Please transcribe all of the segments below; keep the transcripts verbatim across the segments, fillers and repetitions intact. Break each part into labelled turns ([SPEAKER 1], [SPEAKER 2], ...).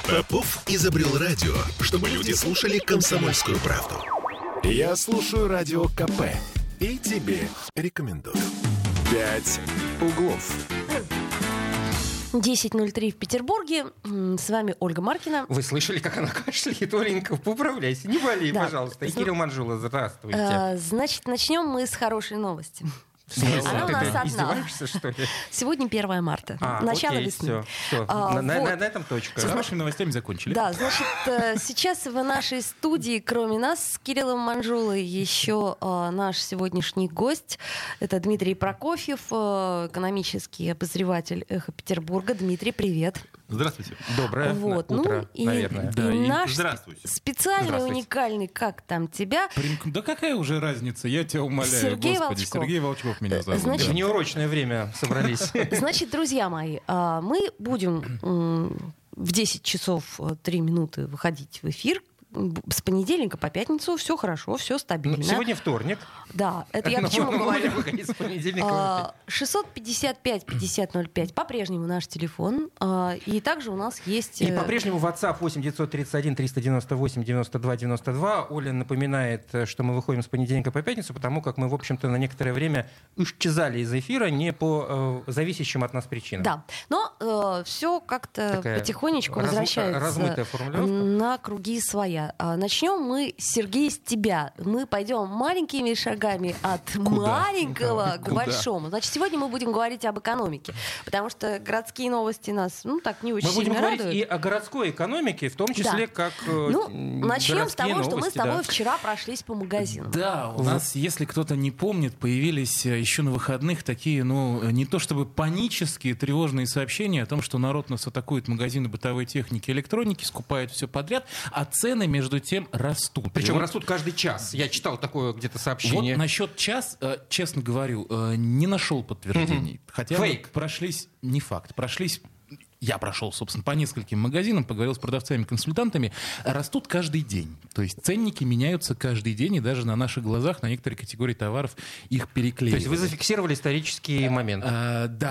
[SPEAKER 1] Попов изобрел радио, чтобы люди слушали «Комсомольскую правду». Я слушаю Радио КП и тебе рекомендую. «Пять углов».
[SPEAKER 2] десять ноль три в Петербурге. С вами Ольга Маркина.
[SPEAKER 3] Вы слышали, как она кашляет? Оленька, поправляйся. Не болей, да. пожалуйста. И Кирилл Манжула, здравствуйте.
[SPEAKER 2] А, значит, начнем мы с хорошей новости. Она у нас одна.
[SPEAKER 3] Издеваешься, что ли?
[SPEAKER 2] Сегодня первое марта.
[SPEAKER 3] А,
[SPEAKER 2] начало
[SPEAKER 3] окей,
[SPEAKER 2] весны.
[SPEAKER 3] Все, все.
[SPEAKER 2] А,
[SPEAKER 3] на,
[SPEAKER 2] вот.
[SPEAKER 3] на, на этом точка.
[SPEAKER 4] С хорошими новостями закончили.
[SPEAKER 2] Да, значит, сейчас в нашей студии, кроме нас, с Кириллом Манжулой, еще наш сегодняшний гость. Это Дмитрий Прокофьев, экономический обозреватель «Эхо Петербурга». Дмитрий, привет.
[SPEAKER 5] Здравствуйте.
[SPEAKER 3] Доброе
[SPEAKER 2] вот.
[SPEAKER 3] утро,
[SPEAKER 2] ну, и,
[SPEAKER 3] наверное.
[SPEAKER 2] Да, и, и наш
[SPEAKER 5] здравствуйте.
[SPEAKER 2] специальный,
[SPEAKER 3] Здравствуйте.
[SPEAKER 2] уникальный «Как там тебя?»
[SPEAKER 4] Да какая уже разница, я тебя умоляю,
[SPEAKER 2] Сергей
[SPEAKER 4] господи.
[SPEAKER 2] Волчков.
[SPEAKER 4] Сергей Волчков меня зовут.
[SPEAKER 2] Значит,
[SPEAKER 3] В неурочное время собрались.
[SPEAKER 2] Значит, друзья мои, мы будем в десять часов три минуты выходить в эфир. С понедельника по пятницу все хорошо, все стабильно.
[SPEAKER 3] Сегодня вторник.
[SPEAKER 2] Да, это я
[SPEAKER 3] Но
[SPEAKER 2] к чему
[SPEAKER 3] мы
[SPEAKER 2] говорю.
[SPEAKER 3] можем выходить с понедельника.
[SPEAKER 2] А, шестьсот пятьдесят пять пятьдесят ноль пять по-прежнему наш телефон. А, и также у нас есть...
[SPEAKER 3] И
[SPEAKER 2] э,
[SPEAKER 3] по-прежнему WhatsApp восемь девятьсот тридцать один триста девяносто восемь девяносто два девяносто два. Оля напоминает, что мы выходим с понедельника по пятницу, потому как мы, в общем-то, на некоторое время исчезали из эфира не по э, зависящим от нас причинам.
[SPEAKER 2] Да, но э, все как-то
[SPEAKER 3] Такая
[SPEAKER 2] потихонечку
[SPEAKER 3] разм-
[SPEAKER 2] возвращается
[SPEAKER 3] размытая формулировка.
[SPEAKER 2] на круги своя. А, начнем мы, Сергей, с тебя. Мы пойдем маленькими шагами от маленького к
[SPEAKER 4] Куда?
[SPEAKER 2] большому. Значит, сегодня мы будем говорить об экономике, потому что городские новости нас, ну, так не очень
[SPEAKER 3] Мы будем
[SPEAKER 2] сильно
[SPEAKER 3] говорить
[SPEAKER 2] радуют.
[SPEAKER 3] и о городской экономике, в том числе
[SPEAKER 2] Да.
[SPEAKER 3] как э,
[SPEAKER 2] Ну,
[SPEAKER 3] м,
[SPEAKER 2] начнем с
[SPEAKER 3] городские
[SPEAKER 2] того, что мы с
[SPEAKER 3] новости,
[SPEAKER 2] тобой
[SPEAKER 3] да.
[SPEAKER 2] вчера прошлись по магазинам.
[SPEAKER 4] Да, у нас, если кто-то не помнит, появились э, еще на выходных такие, ну, не то чтобы панические, тревожные сообщения о том, что народ нас атакует магазины бытовой техники и электроники, скупает все подряд, а цены, между тем, растут.
[SPEAKER 3] Причем
[SPEAKER 4] И вот-
[SPEAKER 3] растут каждый час. Я читал такое где-то сообщение.
[SPEAKER 4] Вот насчет час, э, честно говорю, э, не нашел подтверждений. Хотя
[SPEAKER 3] Фейк.
[SPEAKER 4] вот прошлись, не факт, прошлись... Я прошел, собственно, по нескольким магазинам, поговорил с продавцами-консультантами. Растут каждый день. То есть ценники меняются каждый день, и даже на наших глазах на некоторые категории товаров их
[SPEAKER 3] То
[SPEAKER 4] переклеивают.
[SPEAKER 3] есть вы зафиксировали исторический момент.
[SPEAKER 4] А, да,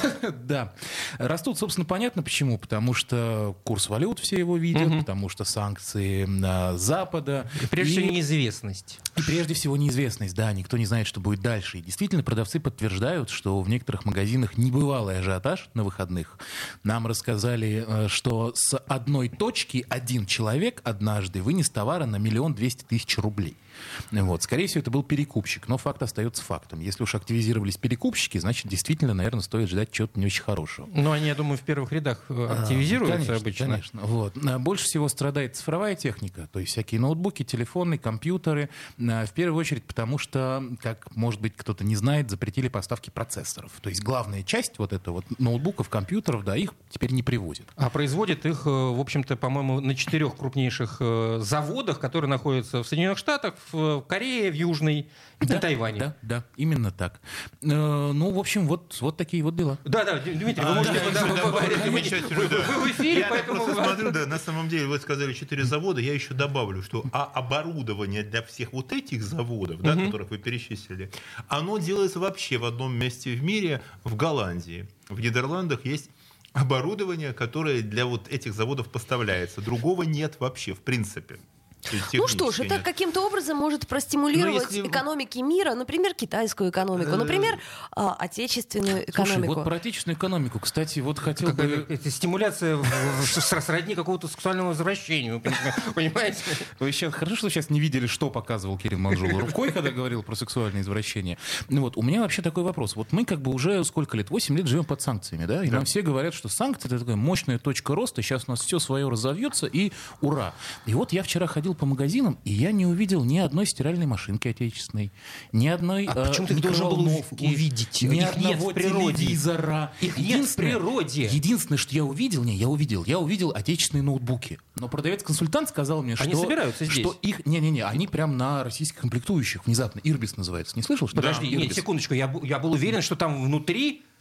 [SPEAKER 4] да. Растут, собственно, понятно почему. Потому что курс валют все его видят, потому что санкции а, Запада.
[SPEAKER 3] И прежде
[SPEAKER 4] И-
[SPEAKER 3] всего неизвестность.
[SPEAKER 4] И прежде всего неизвестность, да, никто не знает, что будет дальше. И действительно, продавцы подтверждают, что в некоторых магазинах небывалый ажиотаж на выходных. Нам рассказали, э, что с одной точки один человек однажды вынес товара на миллион двести тысяч рублей. Вот. Скорее всего, это был перекупщик, но факт остается фактом. Если уж активизировались перекупщики, значит, действительно, наверное, стоит ждать чего-то не очень хорошего.
[SPEAKER 3] Но они, я думаю, в первых рядах э, активизируются
[SPEAKER 4] конечно,
[SPEAKER 3] обычно.
[SPEAKER 4] Конечно, вот. А больше всего страдает цифровая техника, то есть всякие ноутбуки, телефоны, компьютеры. А, В первую очередь потому, что, как, может быть, кто-то не знает, запретили поставки процессоров. То есть главная часть вот этого вот ноутбуков, компьютеров, да, их теперь не привозят.
[SPEAKER 3] А производят их, э, в общем-то, по-моему, на четырех крупнейших э, заводах, которые находятся в Соединенных Штатах, в Корее, в Южной и
[SPEAKER 4] да,
[SPEAKER 3] на Тайване.
[SPEAKER 4] Да, да, именно так. Э, ну, в общем, вот, вот такие вот дела.
[SPEAKER 3] Да, да, Дмитрий, вы
[SPEAKER 5] А,
[SPEAKER 3] можете...
[SPEAKER 5] да,
[SPEAKER 3] да,
[SPEAKER 5] да,
[SPEAKER 3] вы-
[SPEAKER 5] да,
[SPEAKER 3] вы-
[SPEAKER 5] да,
[SPEAKER 3] вы-
[SPEAKER 5] замечательно,
[SPEAKER 3] вы-
[SPEAKER 5] да.
[SPEAKER 3] Вы в эфире,
[SPEAKER 5] Я так
[SPEAKER 3] поэтому...
[SPEAKER 5] просто смотрю, да, на самом деле, вы сказали четыре завода, я еще добавлю, что а оборудование для всех вот этих заводов, да, которых вы перечислили, оно делается вообще в одном месте в мире, в Голландии. В Нидерландах есть оборудование, которое для вот этих заводов поставляется. Другого нет вообще, в принципе. То есть
[SPEAKER 2] Ну что ж,
[SPEAKER 5] технически
[SPEAKER 2] это
[SPEAKER 5] нет.
[SPEAKER 2] каким-то образом может простимулировать
[SPEAKER 5] Ну, если-
[SPEAKER 2] экономики мира, например, китайскую экономику, например, а, отечественную
[SPEAKER 4] Слушай,
[SPEAKER 2] экономику.
[SPEAKER 4] вот про отечественную экономику, кстати, вот хотел
[SPEAKER 3] Как-
[SPEAKER 4] бы...
[SPEAKER 3] Это стимуляция в- в- с- сродни какого-то сексуального извращения, вы понимаете?
[SPEAKER 4] Вы сейчас, хорошо, что сейчас не видели, что показывал Кирилл Манжула рукой, когда говорил про сексуальное извращение. Ну вот, у меня вообще такой вопрос. Вот мы как бы уже сколько лет? восемь лет живем под санкциями, да? И нам все говорят, что санкции — это такая мощная точка роста, сейчас у нас все свое разовьется, и ура. И вот я вчера ходил по магазинам, и я не увидел ни одной стиральной машинки отечественной, ни одной
[SPEAKER 3] А
[SPEAKER 4] э,
[SPEAKER 3] почему ты их должен был
[SPEAKER 4] микроволновки,
[SPEAKER 3] увидеть?
[SPEAKER 4] ни
[SPEAKER 3] Их нет
[SPEAKER 4] одного
[SPEAKER 3] в природе.
[SPEAKER 4] телевизора.
[SPEAKER 3] Их нет в
[SPEAKER 4] Единственное-
[SPEAKER 3] природе.
[SPEAKER 4] Единственное, что я увидел, не, я увидел, я увидел отечественные ноутбуки. Но продавец-консультант сказал мне, что...
[SPEAKER 3] Они собираются здесь?
[SPEAKER 4] Что их... Не-не-не, они прям на российских комплектующих внезапно. Ирбис называется. Не слышал? Что
[SPEAKER 3] Подожди,
[SPEAKER 4] ли?
[SPEAKER 3] нет,
[SPEAKER 4] Ирбис.
[SPEAKER 3] секундочку, я, бу- я был уверен, что там внутри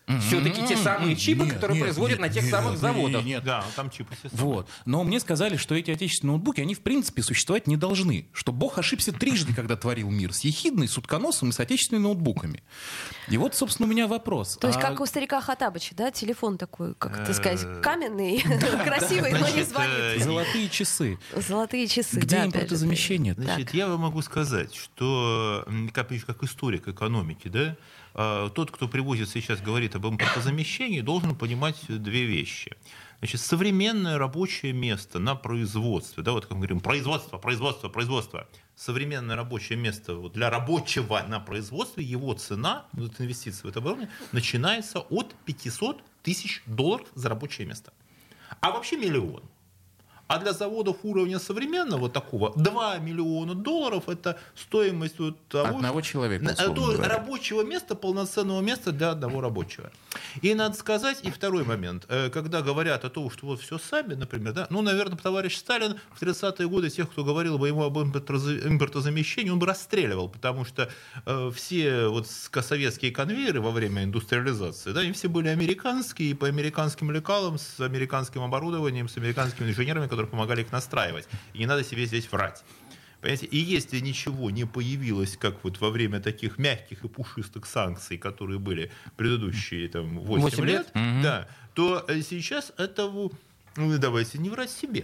[SPEAKER 3] все-таки те самые чипы,
[SPEAKER 4] Нет,
[SPEAKER 3] которые
[SPEAKER 4] нет,
[SPEAKER 3] производят
[SPEAKER 4] нет,
[SPEAKER 3] на тех
[SPEAKER 4] нет,
[SPEAKER 3] самых
[SPEAKER 4] нет,
[SPEAKER 3] заводах.
[SPEAKER 4] нет.
[SPEAKER 5] Да, там чипы все самые.
[SPEAKER 4] Вот. Но мне сказали, что эти отечественные ноутбуки, они в принципе существовать не должны. Что Бог ошибся трижды, когда творил мир. С ехидной, с утконосом и с отечественными ноутбуками. И вот, собственно, у меня вопрос.
[SPEAKER 2] То есть
[SPEAKER 4] А-
[SPEAKER 2] как у старика Хаттабыча, да, телефон такой, как это сказать, каменный, красивый, но не
[SPEAKER 5] Значит,
[SPEAKER 2] звонит.
[SPEAKER 5] э,
[SPEAKER 4] Золотые часы.
[SPEAKER 2] Золотые часы.
[SPEAKER 4] Где
[SPEAKER 2] да, опять же.
[SPEAKER 4] импортозамещение?
[SPEAKER 5] Значит, я вам могу сказать, что м, как, как историк экономики, да, а, тот, кто привозит сейчас, говорит об импортозамещении, должен понимать две вещи. Значит, современное рабочее место на производстве, да, вот как мы говорим, производство, производство, производство. Современное рабочее место вот для рабочего на производстве, его цена, вот инвестиции в это оборудование, начинается от пятисот тысяч долларов за рабочее место. А вообще миллион. А для заводов уровня современного такого два миллиона долларов это стоимость вот того,
[SPEAKER 4] Одного человека,
[SPEAKER 5] на-
[SPEAKER 4] условно
[SPEAKER 5] то
[SPEAKER 4] говоря.
[SPEAKER 5] рабочего места, полноценного места для одного рабочего. И надо сказать, и второй момент, э, когда говорят о том, что вот все сами, например, да, ну, наверное, товарищ Сталин в тридцатые годы тех, кто говорил бы ему об импортоза- импортозамещении, он бы расстреливал, потому что э, все вот советские конвейеры во время индустриализации, да, они все были американские, и по американским лекалам, с американским оборудованием, с американскими инженерами, которые помогали их настраивать. И не надо себе здесь врать. Понимаете? И если ничего не появилось, как вот во время таких мягких и пушистых санкций, которые были предыдущие там, восемь,
[SPEAKER 3] восемь
[SPEAKER 5] лет,
[SPEAKER 3] лет?
[SPEAKER 5] да, то э, сейчас этого, ну, давайте не врать себе.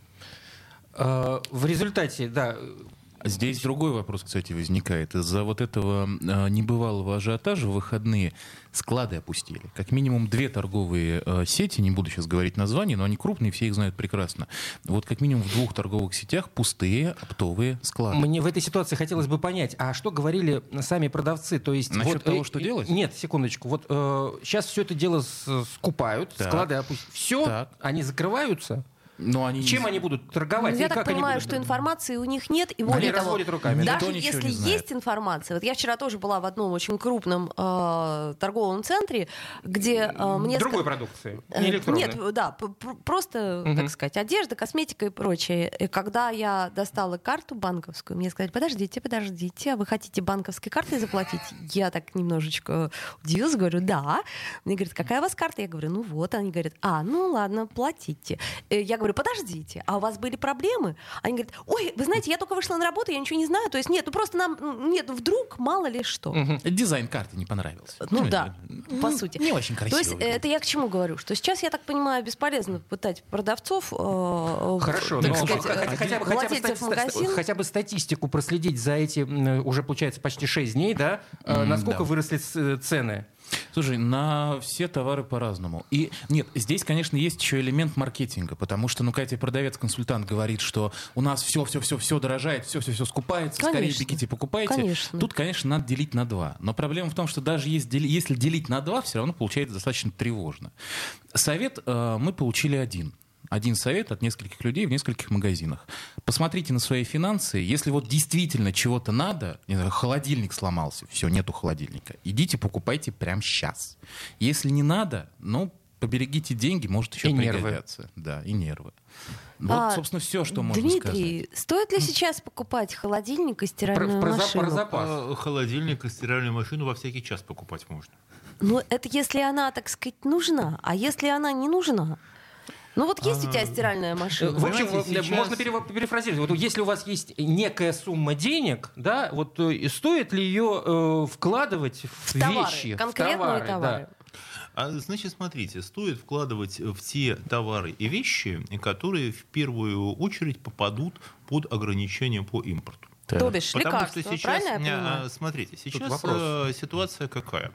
[SPEAKER 3] Э, В результате, да,
[SPEAKER 4] Здесь другой вопрос, кстати, возникает. Из-за вот этого э, небывалого ажиотажа в выходные склады опустили. Как минимум две торговые э, сети, не буду сейчас говорить названия, но они крупные, все их знают прекрасно. Вот как минимум в двух торговых сетях пустые оптовые склады.
[SPEAKER 3] мне в этой ситуации хотелось бы понять, а что говорили сами продавцы? То есть
[SPEAKER 4] Насчет
[SPEAKER 3] вот,
[SPEAKER 4] того,
[SPEAKER 3] э,
[SPEAKER 4] что
[SPEAKER 3] э,
[SPEAKER 4] делать?
[SPEAKER 3] Нет, секундочку. Вот э, сейчас все это дело с- скупают,
[SPEAKER 4] Так.
[SPEAKER 3] склады опустят. Все,
[SPEAKER 4] Так.
[SPEAKER 3] они закрываются.
[SPEAKER 4] Но они...
[SPEAKER 3] Чем они будут торговать?
[SPEAKER 2] Я
[SPEAKER 3] И
[SPEAKER 2] так
[SPEAKER 3] как они
[SPEAKER 2] понимаю,
[SPEAKER 3] будут-
[SPEAKER 2] что информации у них нет, и
[SPEAKER 3] Они
[SPEAKER 2] более того,
[SPEAKER 3] разводят руками.
[SPEAKER 2] даже
[SPEAKER 4] Никто ничего
[SPEAKER 2] если
[SPEAKER 4] не знает.
[SPEAKER 2] есть информация, вот я вчера тоже была в одном очень крупном э, торговом центре, где э, мне
[SPEAKER 3] Другой
[SPEAKER 2] ска-
[SPEAKER 3] продукции,
[SPEAKER 2] Э,
[SPEAKER 3] не электронной.
[SPEAKER 2] Нет, да, п- пр- просто,
[SPEAKER 3] Мгм.
[SPEAKER 2] так сказать, одежда, косметика и прочее. И когда я достала карту банковскую, мне сказали, подождите, подождите, а вы хотите банковской картой заплатить? Я так немножечко удивилась, говорю, да. Мне говорят, какая у вас карта? Я говорю, ну вот. Они говорят, а, ну ладно, платите. Э, Я говорю, подождите, а у вас были проблемы? Они говорят, ой, вы знаете, я только вышла на работу, я ничего не знаю. То есть нет, ну просто нам, м, нет, ну вдруг, мало ли что.
[SPEAKER 4] Дизайн карты не понравился.
[SPEAKER 2] Ну да,
[SPEAKER 4] Ну,
[SPEAKER 2] по сути.
[SPEAKER 4] Не очень красиво.
[SPEAKER 2] То есть
[SPEAKER 4] выглядит.
[SPEAKER 2] это я к чему говорю? Что сейчас, я так понимаю, бесполезно пытать продавцов, э,
[SPEAKER 3] Хорошо,
[SPEAKER 2] так
[SPEAKER 3] но
[SPEAKER 2] сказать,
[SPEAKER 3] хотя,
[SPEAKER 2] э,
[SPEAKER 3] хотя бы, хотя, бы
[SPEAKER 2] владельцев
[SPEAKER 3] стати-
[SPEAKER 2] магазин.
[SPEAKER 3] хотя бы статистику проследить за эти, м, уже получается, почти шесть дней, да? Э, Насколько
[SPEAKER 4] да.
[SPEAKER 3] выросли ц- цены?
[SPEAKER 4] Слушай, на все товары по-разному. И нет, здесь, конечно, есть еще элемент маркетинга, потому что, ну, когда тебе продавец-консультант говорит, что у нас все, все, все, все дорожает, все, все, все скупается, скорее
[SPEAKER 2] Конечно.
[SPEAKER 4] бегите, покупайте.
[SPEAKER 2] Конечно.
[SPEAKER 4] Тут, конечно, надо делить на два. Но проблема в том, что даже если, дели- если делить на два, все равно получается достаточно тревожно. Совет э, мы получили один. Один совет от нескольких людей в нескольких магазинах. Посмотрите на свои финансы. Если вот действительно чего-то надо, не знаю, холодильник сломался, все, нету холодильника, идите покупайте прямо сейчас. Если не надо, ну, поберегите деньги, может еще
[SPEAKER 3] И нервы.
[SPEAKER 4] пригодятся. Да, и нервы. Вот,
[SPEAKER 2] А,
[SPEAKER 4] собственно, все, что можно
[SPEAKER 2] Дмитрий,
[SPEAKER 4] сказать.
[SPEAKER 2] стоит ли сейчас покупать холодильник и стиральную
[SPEAKER 3] Про- про за-
[SPEAKER 2] машину?
[SPEAKER 3] про запас.
[SPEAKER 5] А холодильник и стиральную машину во всякий час покупать можно.
[SPEAKER 2] Ну, это если она, так сказать, нужна. А если она не нужна? Ну вот есть у тебя стиральная машина.
[SPEAKER 3] В общем,
[SPEAKER 5] Понимаете,
[SPEAKER 3] э,
[SPEAKER 5] сейчас-
[SPEAKER 3] можно пере- перефразировать. Вот если у вас есть некая сумма денег, да, вот э, стоит ли ее э, вкладывать в,
[SPEAKER 2] В товары,
[SPEAKER 3] вещи,
[SPEAKER 2] конкретные
[SPEAKER 3] в товары,
[SPEAKER 2] товары.
[SPEAKER 3] да.
[SPEAKER 5] А, значит, смотрите, стоит вкладывать в те товары и вещи, которые в первую очередь попадут под ограничения по импорту.
[SPEAKER 2] То бишь
[SPEAKER 5] Потому
[SPEAKER 2] лекарства,
[SPEAKER 5] что сейчас,
[SPEAKER 2] правильно я
[SPEAKER 5] а,
[SPEAKER 2] понимаю?
[SPEAKER 5] смотрите, сейчас
[SPEAKER 3] вопрос.
[SPEAKER 5] э, ситуация какая?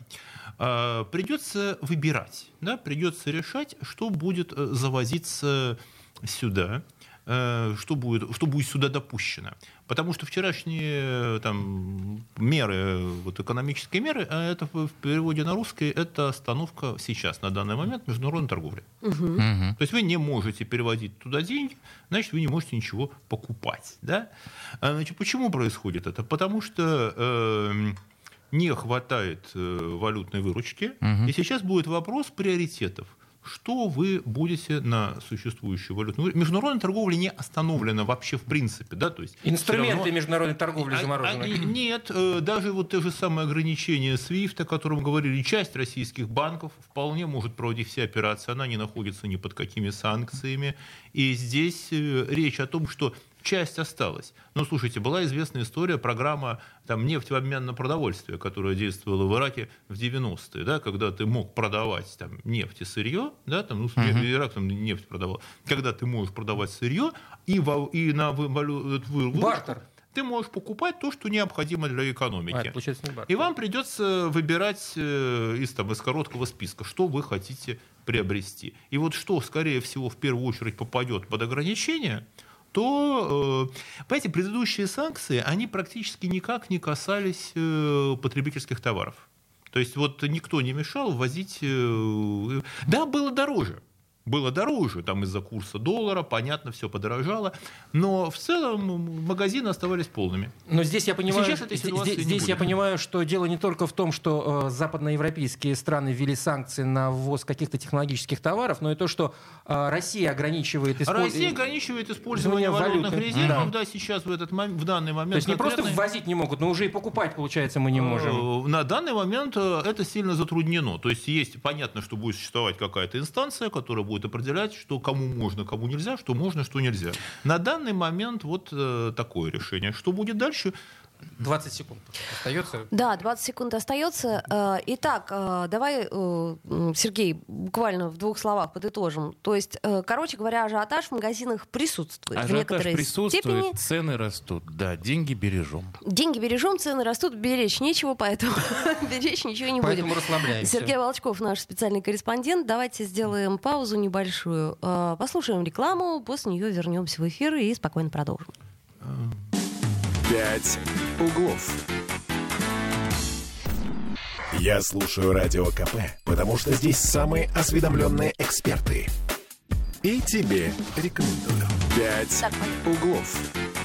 [SPEAKER 5] А, Придется выбирать, да, придется решать, что будет э, завозиться сюда, э, что будет, что будет сюда допущено. Потому что вчерашние э, там, меры, вот, экономические меры, а это в переводе на русский, это остановка сейчас, на данный момент, международной торговли.
[SPEAKER 4] Мгм.
[SPEAKER 5] То есть вы не можете переводить туда деньги, значит, вы не можете ничего покупать. Да? А, значит, почему происходит это? Потому что э, не хватает э, валютной выручки,
[SPEAKER 4] Мгм.
[SPEAKER 5] и сейчас будет вопрос приоритетов. что вы будете на существующую валютную... Международная торговля не остановлена вообще в принципе. Да? То есть
[SPEAKER 3] инструменты
[SPEAKER 5] равно...
[SPEAKER 3] международной торговли заморожены.
[SPEAKER 5] А, а, нет, даже вот те же самые ограничения свифт, о котором говорили, часть российских банков вполне может проводить все операции. Она не находится ни под какими санкциями. И здесь речь о том, что часть осталась. Но, слушайте, была известная история, программа там, нефть в обмен на продовольствие, которая действовала в Ираке в девяностые, да, когда ты мог продавать там, нефть и сырье, да, там, ну, uh-huh. Ирак там нефть продавал, когда ты можешь продавать сырье и, во, и на валюту...
[SPEAKER 3] Бартер.
[SPEAKER 5] Ты можешь покупать то, что необходимо для экономики.
[SPEAKER 3] А, это получается не бартер.
[SPEAKER 5] И вам придется выбирать э, из, там, из короткого списка, что вы хотите приобрести. И вот что, скорее всего, в первую очередь попадет под ограничения, то, понимаете, предыдущие санкции, они практически никак не касались потребительских товаров. То есть вот никто не мешал ввозить... Да, было дороже. Было дороже, там из-за курса доллара, понятно, все подорожало, но в целом магазины оставались полными.
[SPEAKER 3] Но здесь я понимаю,
[SPEAKER 5] Сейчас этой ситуации
[SPEAKER 3] здесь,
[SPEAKER 5] не
[SPEAKER 3] здесь я
[SPEAKER 5] будет.
[SPEAKER 3] понимаю, что дело не только в том, что э, западноевропейские страны ввели санкции на ввоз каких-то технологических товаров, но и то, что э, Россия ограничивает использование...
[SPEAKER 5] Россия ограничивает использование валютных
[SPEAKER 3] валюты.
[SPEAKER 5] резервов,
[SPEAKER 3] Да.
[SPEAKER 5] да, сейчас в, этот момент, в данный момент...
[SPEAKER 3] То есть не
[SPEAKER 5] конкретно...
[SPEAKER 3] просто ввозить не могут, но уже и покупать, получается, мы не можем.
[SPEAKER 5] На данный момент это сильно затруднено. То есть есть, понятно, что будет существовать какая-то инстанция, которая будет определять, что кому можно, кому нельзя, что можно, что нельзя. На данный момент вот э, такое решение. Что будет дальше?
[SPEAKER 3] двадцать секунд остается.
[SPEAKER 2] Да, двадцать секунд остается. Итак, давай, Сергей, буквально в двух словах подытожим. То есть, короче говоря, ажиотаж в магазинах присутствует.
[SPEAKER 4] Ажиотаж
[SPEAKER 2] в некоторой
[SPEAKER 4] присутствует,
[SPEAKER 2] степени.
[SPEAKER 4] Цены растут. Да, деньги бережем.
[SPEAKER 2] Деньги бережем, цены растут, беречь нечего, поэтому беречь ничего не
[SPEAKER 3] Поэтому
[SPEAKER 2] будем.
[SPEAKER 3] расслабляемся.
[SPEAKER 2] Сергей Волчков, наш специальный корреспондент. Давайте сделаем паузу небольшую. Послушаем рекламу, после нее вернемся в эфир и спокойно продолжим.
[SPEAKER 1] «Пять углов». Я слушаю Радио КП, потому что здесь самые осведомленные эксперты. И тебе рекомендую. «Пять углов».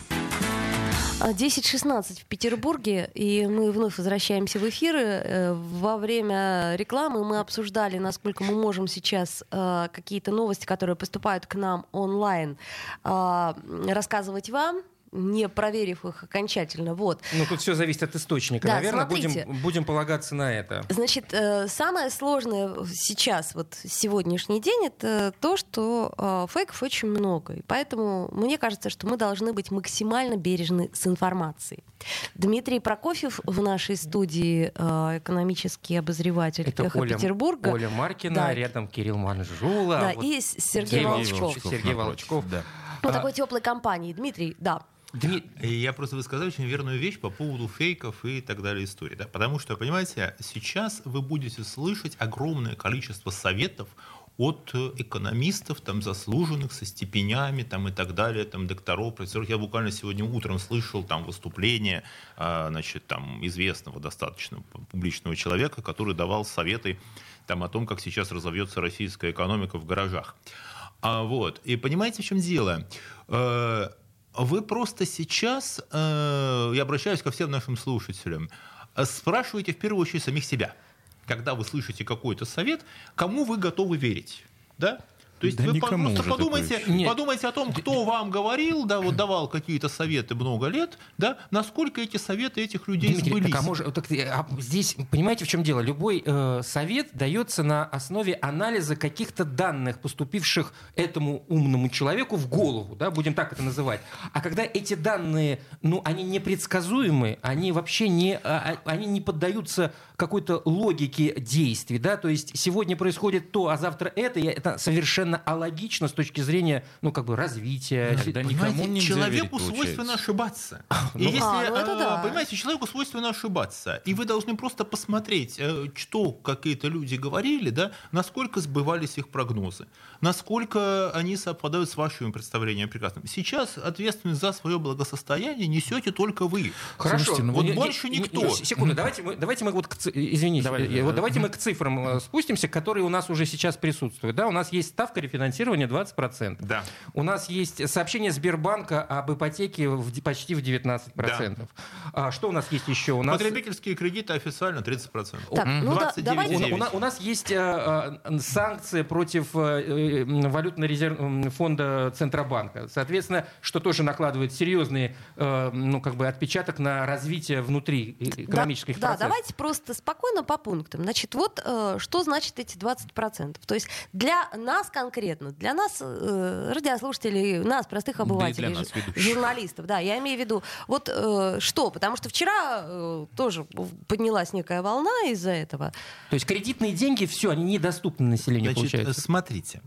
[SPEAKER 2] десять шестнадцать в Петербурге, и мы вновь возвращаемся в эфир. Во время рекламы мы обсуждали, насколько мы можем сейчас э, какие-то новости, которые поступают к нам онлайн, э, рассказывать вам, не проверив их окончательно. Вот.
[SPEAKER 3] Ну, тут все зависит от источника.
[SPEAKER 2] Да,
[SPEAKER 3] Наверное,
[SPEAKER 2] смотрите.
[SPEAKER 3] будем, будем полагаться на это.
[SPEAKER 2] Значит, э, самое сложное сейчас, вот сегодняшний день, это то, что э, фейков очень много. И поэтому мне кажется, что мы должны быть максимально бережны с информацией. Дмитрий Прокофьев в нашей студии, э, экономический обозреватель
[SPEAKER 3] Это
[SPEAKER 2] «Эхо
[SPEAKER 3] Оля,
[SPEAKER 2] Петербурга».
[SPEAKER 3] Оля Маркина,
[SPEAKER 2] Да.
[SPEAKER 3] рядом Кирилл Манжула.
[SPEAKER 2] Да,
[SPEAKER 3] вот
[SPEAKER 2] и Сергей Волчков.
[SPEAKER 3] Сергей Волчков.
[SPEAKER 4] Да.
[SPEAKER 2] Ну,
[SPEAKER 3] А.
[SPEAKER 2] такой теплой компании. Дмитрий, да.
[SPEAKER 3] Дми-
[SPEAKER 5] И я просто вы сказали очень верную вещь по поводу фейков и так далее истории. Да? Потому что, понимаете, сейчас вы будете слышать огромное количество советов от экономистов, там, заслуженных, со степенями там, и так далее, там, докторов, профессоров. Я буквально сегодня утром слышал там, выступление а, значит, там, известного достаточно публичного человека, который давал советы там, о том, как сейчас разовьется российская экономика в гаражах. А, вот. И понимаете, в чем дело? Вы просто сейчас, э, я обращаюсь ко всем нашим слушателям, спрашиваете в первую очередь самих себя, когда вы слышите какой-то совет, кому вы готовы верить, да? То есть
[SPEAKER 4] Да
[SPEAKER 5] вы
[SPEAKER 4] никому
[SPEAKER 5] просто
[SPEAKER 4] уже
[SPEAKER 5] подумайте,
[SPEAKER 3] такое.
[SPEAKER 5] подумайте о том, кто вам говорил, да, вот давал какие-то советы много лет, да, насколько эти советы этих людей
[SPEAKER 3] Дмитрий,
[SPEAKER 5] сбылись.
[SPEAKER 3] так, а может, так, а здесь, понимаете, в чем дело? Любой э, совет дается на основе анализа каких-то данных, поступивших этому умному человеку в голову, да, будем так это называть. А когда эти данные, ну, они непредсказуемы, они вообще не, а, они не поддаются какой-то логике действий, да, то есть сегодня происходит то, а завтра это, и это совершенно алогично с точки зрения, ну, как бы развития.
[SPEAKER 4] Да,
[SPEAKER 5] Понимаете,
[SPEAKER 4] никому нельзя
[SPEAKER 5] человеку
[SPEAKER 4] верить,
[SPEAKER 5] свойственно
[SPEAKER 4] получается.
[SPEAKER 5] ошибаться. И
[SPEAKER 3] Ну,
[SPEAKER 5] если,
[SPEAKER 2] а, ну это
[SPEAKER 5] э,
[SPEAKER 2] да.
[SPEAKER 5] понимаете, человеку свойственно ошибаться. И вы должны просто посмотреть, э, что какие-то люди говорили, да, насколько сбывались их прогнозы, насколько они совпадают с вашими представлениями прекрасными. Сейчас ответственность за свое благосостояние несете только вы.
[SPEAKER 3] Хорошо,
[SPEAKER 4] Слушайте, ну
[SPEAKER 5] вот
[SPEAKER 3] Я-
[SPEAKER 5] больше
[SPEAKER 3] я-
[SPEAKER 5] никто.
[SPEAKER 3] я- Секунду, давайте мы, давайте мы вот, к, ци- извините,
[SPEAKER 4] Давай,
[SPEAKER 3] э,
[SPEAKER 4] да,
[SPEAKER 3] вот
[SPEAKER 4] да.
[SPEAKER 3] давайте мы к цифрам э, спустимся, которые у нас уже сейчас присутствуют. Да, у нас есть ставка ставка рефинансирования двадцать процентов.
[SPEAKER 5] Да.
[SPEAKER 3] У нас есть сообщение Сбербанка об ипотеке в, почти в девятнадцать процентов. Да. А что у нас есть еще? У нас...
[SPEAKER 5] Потребительские кредиты официально тридцать процентов.
[SPEAKER 2] Так, ну да, давайте...
[SPEAKER 3] у, у, у нас есть а, а, санкции против а, валютно-резервного фонда Центробанка. Соответственно, что тоже накладывает серьезный а, ну, как бы отпечаток на развитие внутри экономических
[SPEAKER 2] да,
[SPEAKER 3] процессов.
[SPEAKER 2] Да, давайте просто спокойно по пунктам. Значит, вот э, что значит эти двадцать процентов. То есть для нас конкретно, для нас, э, радиослушателей, нас, простых обывателей,
[SPEAKER 4] да нас,
[SPEAKER 2] журналистов, да, я имею в виду, вот э, что, потому что вчера э, тоже поднялась некая волна из-за этого.
[SPEAKER 3] То есть кредитные деньги, все, они недоступны населению,
[SPEAKER 5] Значит,
[SPEAKER 3] получается.
[SPEAKER 5] смотрите,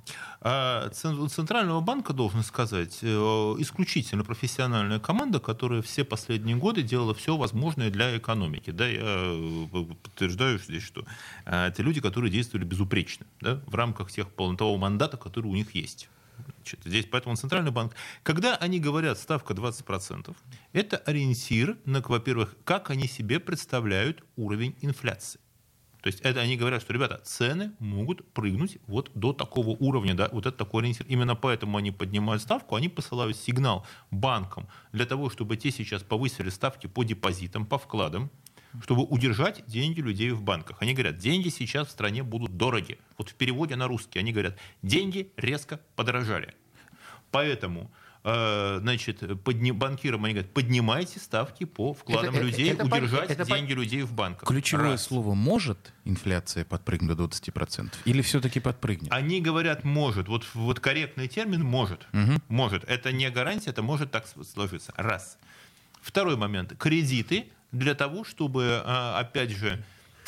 [SPEAKER 5] у Центрального банка, должен сказать, исключительно профессиональная команда, которая все последние годы делала все возможное для экономики. Да, я подтверждаю здесь, что это люди, которые действовали безупречно, да, в рамках тех, того мандата, который у них есть. Значит, здесь поэтому Центральный банк, когда они говорят ставка двадцать процентов, это ориентир на, во-первых, как они себе представляют уровень инфляции. То есть это они говорят, что, ребята, цены могут прыгнуть вот до такого уровня, да, вот это такой ориентир. Именно поэтому они поднимают ставку, они посылают сигнал банкам для того, чтобы те сейчас повысили ставки по депозитам, по вкладам, чтобы удержать деньги людей в банках. Они говорят, деньги сейчас в стране будут дороги. Вот в переводе на русский они говорят, деньги резко подорожали. Поэтому... Значит, подни... банкирам они говорят, поднимайте ставки по вкладам это, людей, это, это, удержать это, деньги это, людей в банках.
[SPEAKER 4] Ключевое
[SPEAKER 5] Раз.
[SPEAKER 4] слово «может» инфляция подпрыгнуть до двадцать процентов или все-таки подпрыгнет?
[SPEAKER 5] Они говорят «может». Вот, вот корректный термин «может». Угу. «Может». Это не гарантия, это может так сложиться. Раз. Второй момент. Кредиты для того, чтобы, опять же,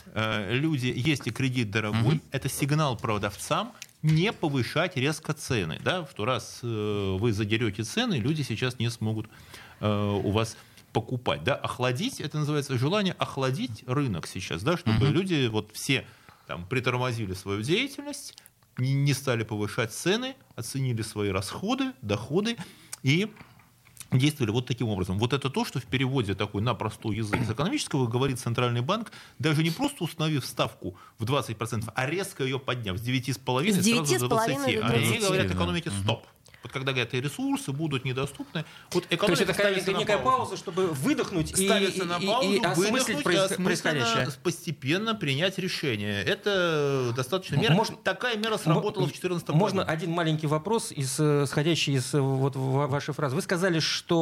[SPEAKER 5] люди, если кредит дорогой, угу. это сигнал продавцам, не повышать резко цены. Да? Что раз э, вы задерете цены, люди сейчас не смогут э, у вас покупать. Да? Охладить, это называется желание охладить рынок сейчас, да? Чтобы uh-huh. люди вот все там, притормозили свою деятельность, не, не стали повышать цены, оценили свои расходы, доходы и действовали вот таким образом. Вот это то, что в переводе такой на простой язык с экономического говорит Центральный банк, даже не просто установив ставку в двадцать процентов, а резко ее подняв с девяти с половиной сразу до двадцати. Они говорят экономике «стоп». Вот когда говорят, и ресурсы будут недоступны, вот экономика.
[SPEAKER 3] То есть это такая некая пауза, чтобы выдохнуть и,
[SPEAKER 5] ставится на паузу,
[SPEAKER 3] и, и осмыслить происходящее.
[SPEAKER 5] Постепенно принять решение. Это достаточно мера. Можно, такая мера сработала в две тысячи четырнадцатом году.
[SPEAKER 3] Можно один маленький вопрос, из, исходящий из вот, вашей фразы. Вы сказали,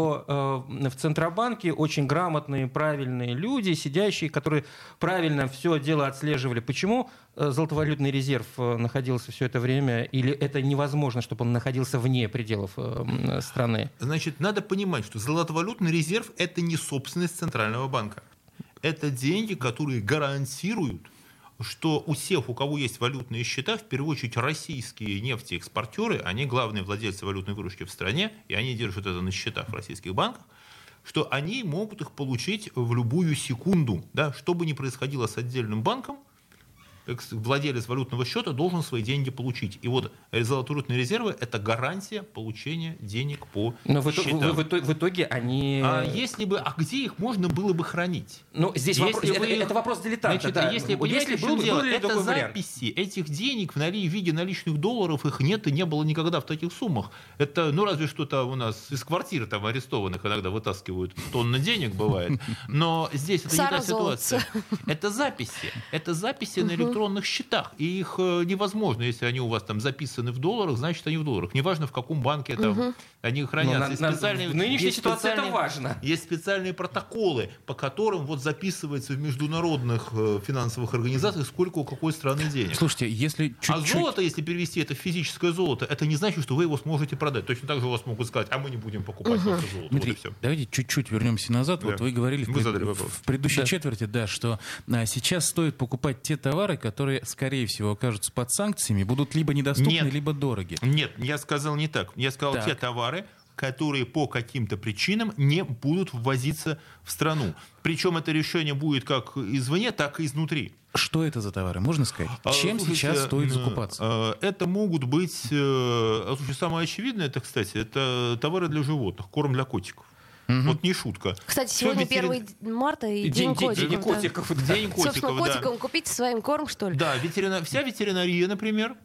[SPEAKER 3] что э, в Центробанке очень грамотные, правильные люди, сидящие, которые правильно все дело отслеживали. Почему золотовалютный резерв находился все это время? Или это невозможно, чтобы он находился вне пределов э, страны?
[SPEAKER 5] Значит, надо понимать, что золотовалютный резерв – это не собственность Центрального банка. Это деньги, которые гарантируют, что у всех, у кого есть валютные счета, в первую очередь российские нефтеэкспортеры, они главные владельцы валютной выручки в стране, и они держат это на счетах в российских банках, что они могут их получить в любую секунду. Да? Что бы ни происходило с отдельным банком, владелец валютного счета должен свои деньги получить. И вот золотовалютные резервы – это гарантия получения денег по
[SPEAKER 3] Но
[SPEAKER 5] счетам.
[SPEAKER 3] Но в, в, в итоге они…
[SPEAKER 5] А, если бы, а где их можно было бы хранить?
[SPEAKER 3] Ну, здесь вопрос,
[SPEAKER 5] вы,
[SPEAKER 3] это, это вопрос дилетанта.
[SPEAKER 5] Значит,
[SPEAKER 3] да.
[SPEAKER 5] Если,
[SPEAKER 3] если был,
[SPEAKER 5] дело,
[SPEAKER 3] был
[SPEAKER 5] это
[SPEAKER 3] вариант?
[SPEAKER 5] записи этих денег в, нали, в виде наличных долларов, их нет и не было никогда в таких суммах. Это, ну, разве что-то у нас из квартиры там арестованных иногда вытаскивают тонны денег, бывает. Но здесь это не та ситуация. Это записи. Это записи на электронных счетах. И их невозможно, если они у вас там записаны в долларах, значит, они в долларах. Неважно, в каком банке там угу. они хранятся.
[SPEAKER 3] На, на, в нынешней ситуации это важно.
[SPEAKER 5] Есть специальные протоколы, по которым вот записывается в международных финансовых организациях, сколько у какой страны денег.
[SPEAKER 4] Слушайте, если чуть-чуть...
[SPEAKER 5] А золото, если перевести это в физическое золото, это не значит, что вы его сможете продать. Точно так же у вас могут сказать, а мы не будем покупать угу. ваше золото.
[SPEAKER 4] Дмитрий,
[SPEAKER 5] вот
[SPEAKER 4] давайте чуть-чуть вернемся назад. Да. Вот вы говорили
[SPEAKER 5] вы
[SPEAKER 4] в, в, в предыдущей да. четверти, да, что а, сейчас стоит покупать те товары, которые, скорее всего, окажутся под санкциями, будут либо недоступны,
[SPEAKER 5] Нет.
[SPEAKER 4] либо дороги.
[SPEAKER 5] Нет, я сказал не так. Я сказал так. те товары, которые по каким-то причинам не будут ввозиться в страну. Причем это решение будет как извне, так и изнутри.
[SPEAKER 4] Что это за товары, можно сказать? Чем Слушайте, сейчас стоит закупаться?
[SPEAKER 5] Это могут быть, слушай, самое очевидное, это, кстати, это товары для животных, корм для котиков. Угу. Вот не шутка.
[SPEAKER 2] Кстати, сегодня первое марта и день, день котиков.
[SPEAKER 3] День котиков.
[SPEAKER 5] Да. День котиков,
[SPEAKER 2] Собственно, котикам
[SPEAKER 5] да.
[SPEAKER 2] купите своим корм, что ли?
[SPEAKER 5] Да, ветерина... вся ветеринария, например,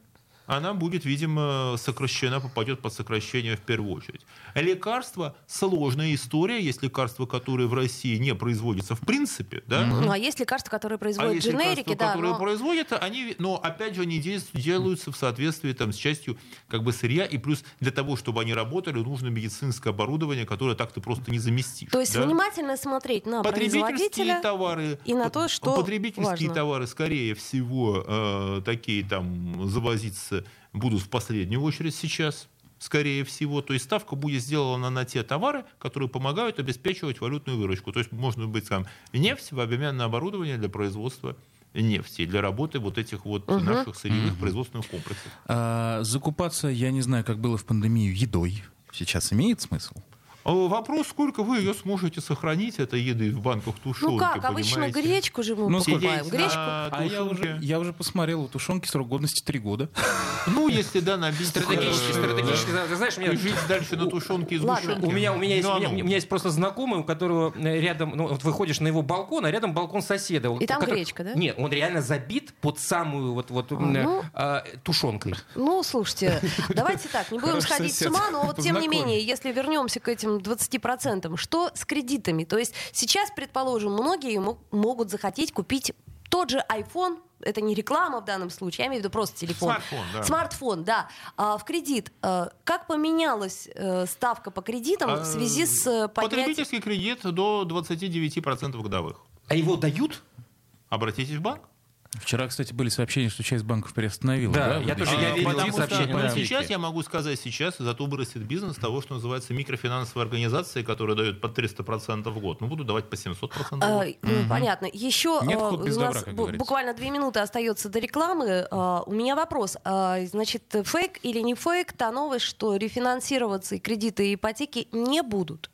[SPEAKER 5] она будет, видимо, сокращена, попадет под сокращение в первую очередь. Лекарства – сложная история. Есть лекарства, которые в России не производятся в принципе. Да?
[SPEAKER 2] Ну, а есть лекарства, которые производят
[SPEAKER 5] а есть
[SPEAKER 2] дженерики,
[SPEAKER 5] лекарства,
[SPEAKER 2] да,
[SPEAKER 5] которые
[SPEAKER 2] но...
[SPEAKER 5] производят, они, но опять же они делаются в соответствии там, с частью как бы, сырья. И плюс для того, чтобы они работали, нужно медицинское оборудование, которое так ты просто не заместишь.
[SPEAKER 2] То есть
[SPEAKER 5] да?
[SPEAKER 2] внимательно смотреть на
[SPEAKER 5] Потребительские
[SPEAKER 2] производителя
[SPEAKER 5] товары,
[SPEAKER 2] и на то, что
[SPEAKER 5] потребительские
[SPEAKER 2] важно.
[SPEAKER 5] товары, скорее всего, э, такие там завозиться будут в последнюю очередь сейчас, скорее всего. То есть ставка будет сделана на те товары, которые помогают обеспечивать валютную выручку. То есть можно быть там нефть в обмен на оборудование для производства нефти, для работы вот этих вот uh-huh. наших сырьевых uh-huh. производственных комплексов.
[SPEAKER 4] А, закупаться, я не знаю, как было в пандемию, едой сейчас имеет смысл?
[SPEAKER 5] Вопрос, сколько вы ее сможете сохранить, этой еды в банках тушенки,
[SPEAKER 2] Ну как, обычно
[SPEAKER 5] понимаете?
[SPEAKER 2] гречку же мы
[SPEAKER 4] Ну,
[SPEAKER 2] покупаем.
[SPEAKER 5] сидеть
[SPEAKER 2] Гречку.
[SPEAKER 5] на
[SPEAKER 4] А я уже, я уже посмотрел, у тушенки срок годности три года.
[SPEAKER 5] Ну, если, да, набить...
[SPEAKER 3] Стратегически,
[SPEAKER 5] э,
[SPEAKER 3] стратегически. Ты знаешь, у меня...
[SPEAKER 5] И жить дальше на тушенке и
[SPEAKER 2] Ладно.
[SPEAKER 5] сгущенке.
[SPEAKER 3] У меня, у, меня есть,
[SPEAKER 5] Да,
[SPEAKER 3] у, меня,
[SPEAKER 5] ну.
[SPEAKER 3] у меня есть просто знакомый, у которого рядом, ну, вот выходишь на его балкон, а рядом балкон соседа.
[SPEAKER 2] И там
[SPEAKER 3] который-
[SPEAKER 2] гречка, да?
[SPEAKER 3] Нет, он реально забит под самую вот, вот
[SPEAKER 2] ну.
[SPEAKER 3] э, тушенкой.
[SPEAKER 2] Ну, слушайте, давайте так, не будем
[SPEAKER 4] Хороший
[SPEAKER 2] сходить с
[SPEAKER 4] сосед.
[SPEAKER 2] ума, но вот тем не
[SPEAKER 4] Познакомь.
[SPEAKER 2] менее, если вернемся к этим двадцати процентам, что с кредитами? То есть сейчас, предположим, многие мо- могут захотеть купить тот же iPhone, это не реклама в данном случае, я имею в виду просто телефон.
[SPEAKER 5] Смартфон, да.
[SPEAKER 2] Смартфон, да. А, в кредит. А, как поменялась э, ставка по кредитам в связи с э, поднятием...
[SPEAKER 5] Потребительский кредит до двадцати девяти процентов годовых.
[SPEAKER 3] А его дают?
[SPEAKER 5] Обратитесь в банк.
[SPEAKER 4] Вчера, кстати, были сообщения, что часть банков приостановила.
[SPEAKER 3] Да, я тоже- я
[SPEAKER 5] А,
[SPEAKER 3] видел
[SPEAKER 5] потому
[SPEAKER 3] эти сообщения,
[SPEAKER 5] что
[SPEAKER 3] да.
[SPEAKER 5] сейчас я могу сказать, сейчас зато вырастет бизнес того, что называется микрофинансовые организации, которые дают по триста процентов в год. Ну, будут давать по семьсот процентов в
[SPEAKER 2] А,
[SPEAKER 5] год.
[SPEAKER 2] ну, понятно. Еще
[SPEAKER 4] Нет
[SPEAKER 2] а,
[SPEAKER 4] ход без
[SPEAKER 2] у нас
[SPEAKER 4] добра, как
[SPEAKER 2] бу-
[SPEAKER 4] говорится.
[SPEAKER 2] буквально две минуты остается до рекламы. А, у меня вопрос. А, значит, фейк или не фейк та новость, что рефинансироваться и кредиты и ипотеки не будут?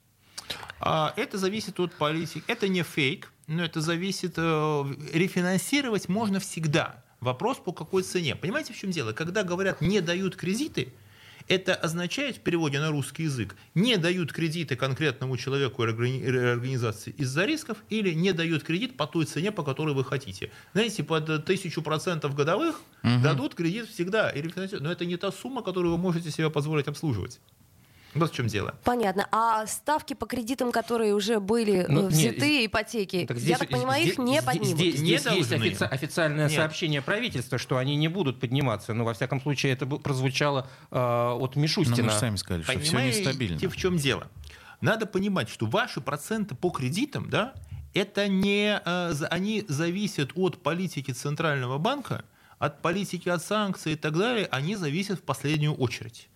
[SPEAKER 5] А, это зависит от политики. Это не фейк, но это зависит... э, Рефинансировать можно всегда. Вопрос по какой цене. Понимаете, в чем дело? Когда говорят «не дают кредиты», это означает в переводе на русский язык «не дают кредиты конкретному человеку или органи- организации из-за рисков» или «не дают кредит по той цене, по которой вы хотите». Знаете, под тысячу процентов годовых
[SPEAKER 4] Мгм.
[SPEAKER 5] дадут кредит всегда. И рефинансируют. Но это не та сумма, которую вы можете себе позволить обслуживать. Вот в чем дело.
[SPEAKER 2] Понятно. А ставки по кредитам, которые уже были
[SPEAKER 3] Ну,
[SPEAKER 2] э,
[SPEAKER 3] нет,
[SPEAKER 2] взяты, ипотеки,
[SPEAKER 3] Так
[SPEAKER 2] я так понимаю, их не
[SPEAKER 3] здесь-
[SPEAKER 2] поднимут.
[SPEAKER 3] Здесь,
[SPEAKER 5] Не
[SPEAKER 3] здесь есть
[SPEAKER 5] должны.
[SPEAKER 3] офици- официальное
[SPEAKER 5] Нет.
[SPEAKER 3] сообщение правительства, что они не будут подниматься. Но, во всяком случае, это бу- прозвучало э, от
[SPEAKER 4] Но
[SPEAKER 3] Мишустина.
[SPEAKER 4] мы же сами сказали, что все
[SPEAKER 5] Понимаете,
[SPEAKER 4] нестабильно.
[SPEAKER 5] в чем дело? Надо понимать, что ваши проценты по кредитам, да, это не, э, за- они зависят от политики Центрального банка, от политики, от санкций и так далее, они зависят в последнюю очередь.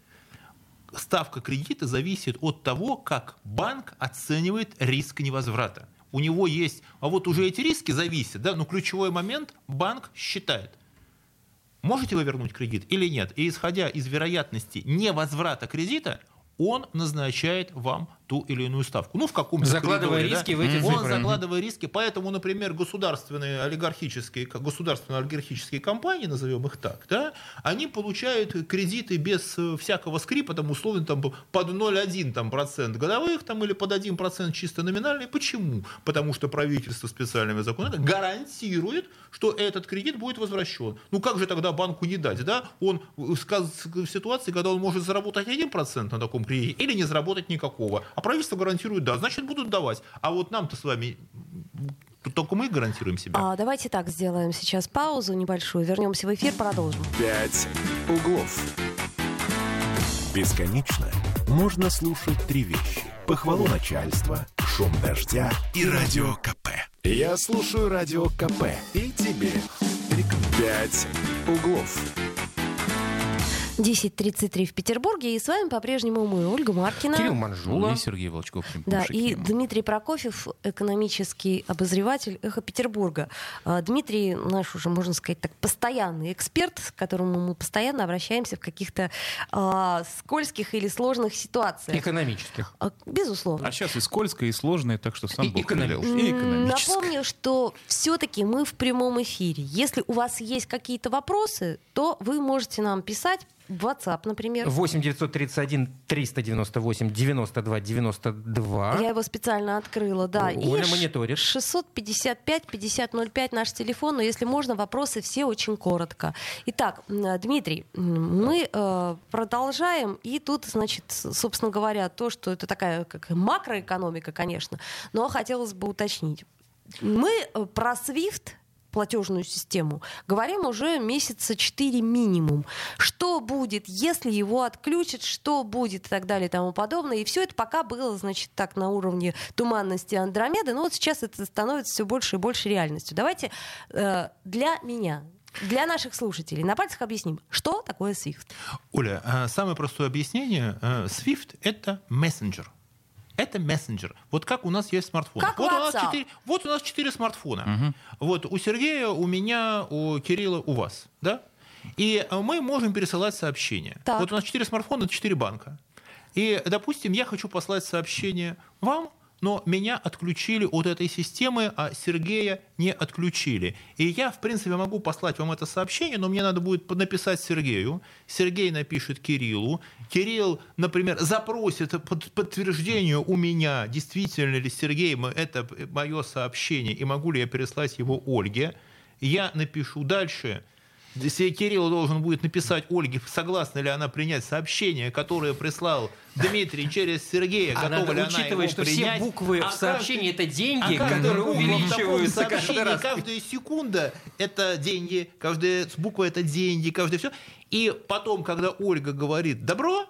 [SPEAKER 5] Ставка кредита зависит от того, как банк оценивает риск невозврата. У него есть, а вот уже эти риски зависят, да, но ключевой момент банк считает, можете вы вернуть кредит или нет. И исходя из вероятности невозврата кредита, он назначает вам ту или иную ставку. Ну, в каком-то
[SPEAKER 3] Закладывая
[SPEAKER 5] коридоре,
[SPEAKER 3] риски
[SPEAKER 5] да?
[SPEAKER 3] в эти
[SPEAKER 5] Он
[SPEAKER 3] цифры.
[SPEAKER 5] закладывая риски. Поэтому, например, государственные олигархические, государственные олигархические компании, назовем их так, да, они получают кредиты без э, всякого скрипа, там, условно, там, под ноль целых одна десятая там, процент годовых там, или под один процент чисто номинальный. Почему? Потому что правительство специальными законами гарантирует, что этот кредит будет возвращен. Ну, как же тогда банку не дать? Да? Он в сказ- в ситуации, когда он может заработать один процент на таком кредите или не заработать никакого. А правительство гарантирует, да, значит, будут давать. А вот нам-то с вами только мы гарантируем себя.
[SPEAKER 2] А, давайте так сделаем сейчас паузу небольшую, вернемся в эфир, продолжим.
[SPEAKER 1] «Пять углов». Бесконечно можно слушать три вещи. Похвалу начальства, шум дождя и радио КП. Я слушаю радио КП и тебе рекомендую. «Пять углов».
[SPEAKER 2] десять тридцать три в Петербурге, и с вами по-прежнему мы, Ольга Маркина.
[SPEAKER 3] Кирилл Манжула.
[SPEAKER 4] И Сергей Волчков.
[SPEAKER 2] Да, и Дмитрий Прокофьев, экономический обозреватель «Эхо Петербурга». А, Дмитрий наш уже, можно сказать, так, постоянный эксперт, к которому мы постоянно обращаемся в каких-то а, скользких или сложных ситуациях.
[SPEAKER 3] Экономических.
[SPEAKER 2] А, Безусловно.
[SPEAKER 4] А сейчас и скользкое, и сложное, так что сам
[SPEAKER 3] И
[SPEAKER 4] Бог
[SPEAKER 3] экономи-
[SPEAKER 4] велел. И
[SPEAKER 2] М,
[SPEAKER 4] экономическое.
[SPEAKER 2] Напомню, что все-таки мы в прямом эфире. Если у вас есть какие-то вопросы, то вы можете нам писать WhatsApp, например.
[SPEAKER 3] восемь девятьсот тридцать один триста девяносто восемь девяносто два девяносто два.
[SPEAKER 2] Я его специально открыла, да.
[SPEAKER 3] Оля
[SPEAKER 2] И
[SPEAKER 3] мониторит.
[SPEAKER 2] шестьсот пятьдесят пять пятьдесят ноль пять наш телефон, но если можно, вопросы все очень коротко. Итак, Дмитрий, мы э, продолжаем, и тут, значит, собственно говоря, то, что это такая как макроэкономика, конечно, но хотелось бы уточнить. Мы про свифт, платежную систему, говорим уже месяца четыре минимум. Что будет, если его отключат, что будет и так далее и тому подобное. И все это пока было, значит, так на уровне туманности Андромеды, но вот сейчас это становится все больше и больше реальностью. Давайте э, для меня, для наших слушателей на пальцах объясним, что такое свифт.
[SPEAKER 5] Оля, самое простое объяснение. свифт — это мессенджер. Это мессенджер. Вот как у нас есть смартфон.
[SPEAKER 2] Как
[SPEAKER 5] вот, у нас
[SPEAKER 2] WhatsApp.
[SPEAKER 5] четыре, вот у нас четыре смартфона. Угу. Вот у Сергея, у меня, у Кирилла, у вас. Да? И мы можем пересылать сообщения.
[SPEAKER 2] Так.
[SPEAKER 5] Вот у нас четыре смартфона, четыре банка. И, допустим, я хочу послать сообщение вам, но меня отключили от этой системы, а Сергея не отключили. И я, в принципе, могу послать вам это сообщение, но мне надо будет написать Сергею. Сергей напишет Кириллу. Кирилл, например, запросит подтверждение у меня, действительно ли, Сергей, это мое сообщение, и могу ли я переслать его Ольге. Я напишу дальше. Кирилл должен будет написать Ольге, согласна ли она принять сообщение, которое прислал Дмитрий через Сергея,
[SPEAKER 3] А
[SPEAKER 5] готова
[SPEAKER 3] надо
[SPEAKER 5] ли она
[SPEAKER 3] учитывать,
[SPEAKER 5] его
[SPEAKER 3] что
[SPEAKER 5] принять.
[SPEAKER 3] все буквы
[SPEAKER 5] А
[SPEAKER 3] в сообщении
[SPEAKER 5] каждый-
[SPEAKER 3] это деньги,
[SPEAKER 5] а каждая
[SPEAKER 3] которые
[SPEAKER 5] буква в таком
[SPEAKER 3] увеличиваются каждый
[SPEAKER 5] сообщении,
[SPEAKER 3] раз.
[SPEAKER 5] каждая секунда — это деньги, каждая буква — это деньги, каждое все. И потом, когда Ольга говорит «добро»,